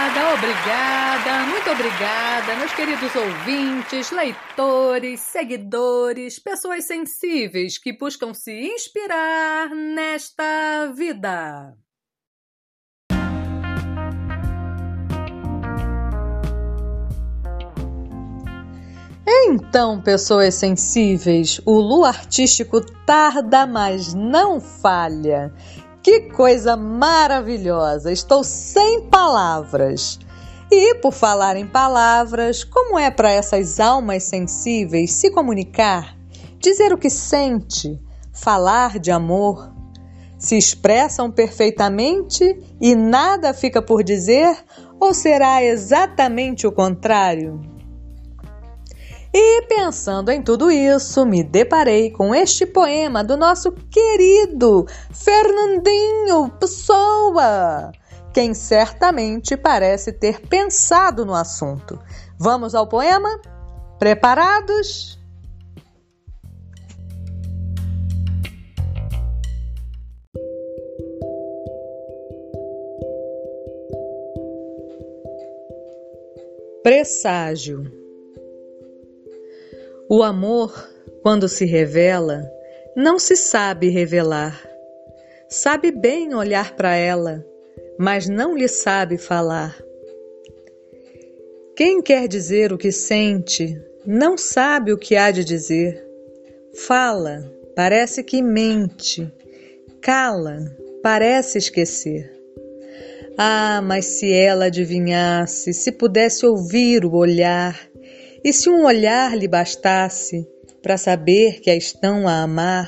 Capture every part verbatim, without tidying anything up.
Obrigada, obrigada, muito obrigada, meus queridos ouvintes, leitores, seguidores, pessoas sensíveis que buscam se inspirar nesta vida. Então, pessoas sensíveis, o Lu artístico tarda, mas não falha. Que coisa maravilhosa! Estou sem palavras. E, por falar em palavras, como é para essas almas sensíveis se comunicar, dizer o que sente, falar de amor? Se expressam perfeitamente e nada fica por dizer, ou será exatamente o contrário? E pensando em tudo isso, me deparei com este poema do nosso querido Fernandinho Pessoa, quem certamente parece ter pensado no assunto. Vamos ao poema? Preparados? Presságio. O amor, quando se revela, não se sabe revelar. Sabe bem olhar para ela, mas não lhe sabe falar. Quem quer dizer o que sente, não sabe o que há de dizer. Fala, parece que mente. Cala, parece esquecer. Ah, mas se ela adivinhasse, se pudesse ouvir o olhar, e se um olhar lhe bastasse para saber que a estão a amar?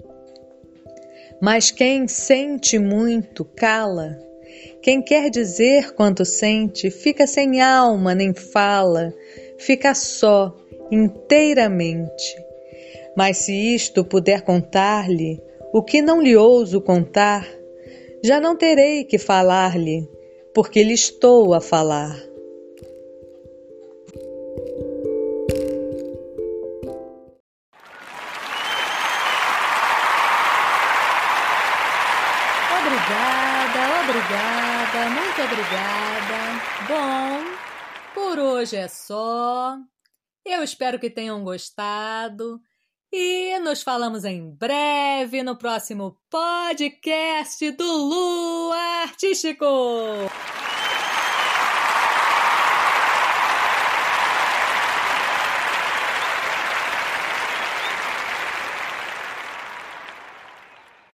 Mas quem sente muito, cala. Quem quer dizer quanto sente, fica sem alma nem fala, fica só, inteiramente. Mas se isto puder contar-lhe, o que não lhe ouso contar, já não terei que falar-lhe, porque lhe estou a falar. Obrigada, obrigada, muito obrigada. Bom, por hoje é só. Eu espero que tenham gostado e nos falamos em breve no próximo podcast do Lu Artístico.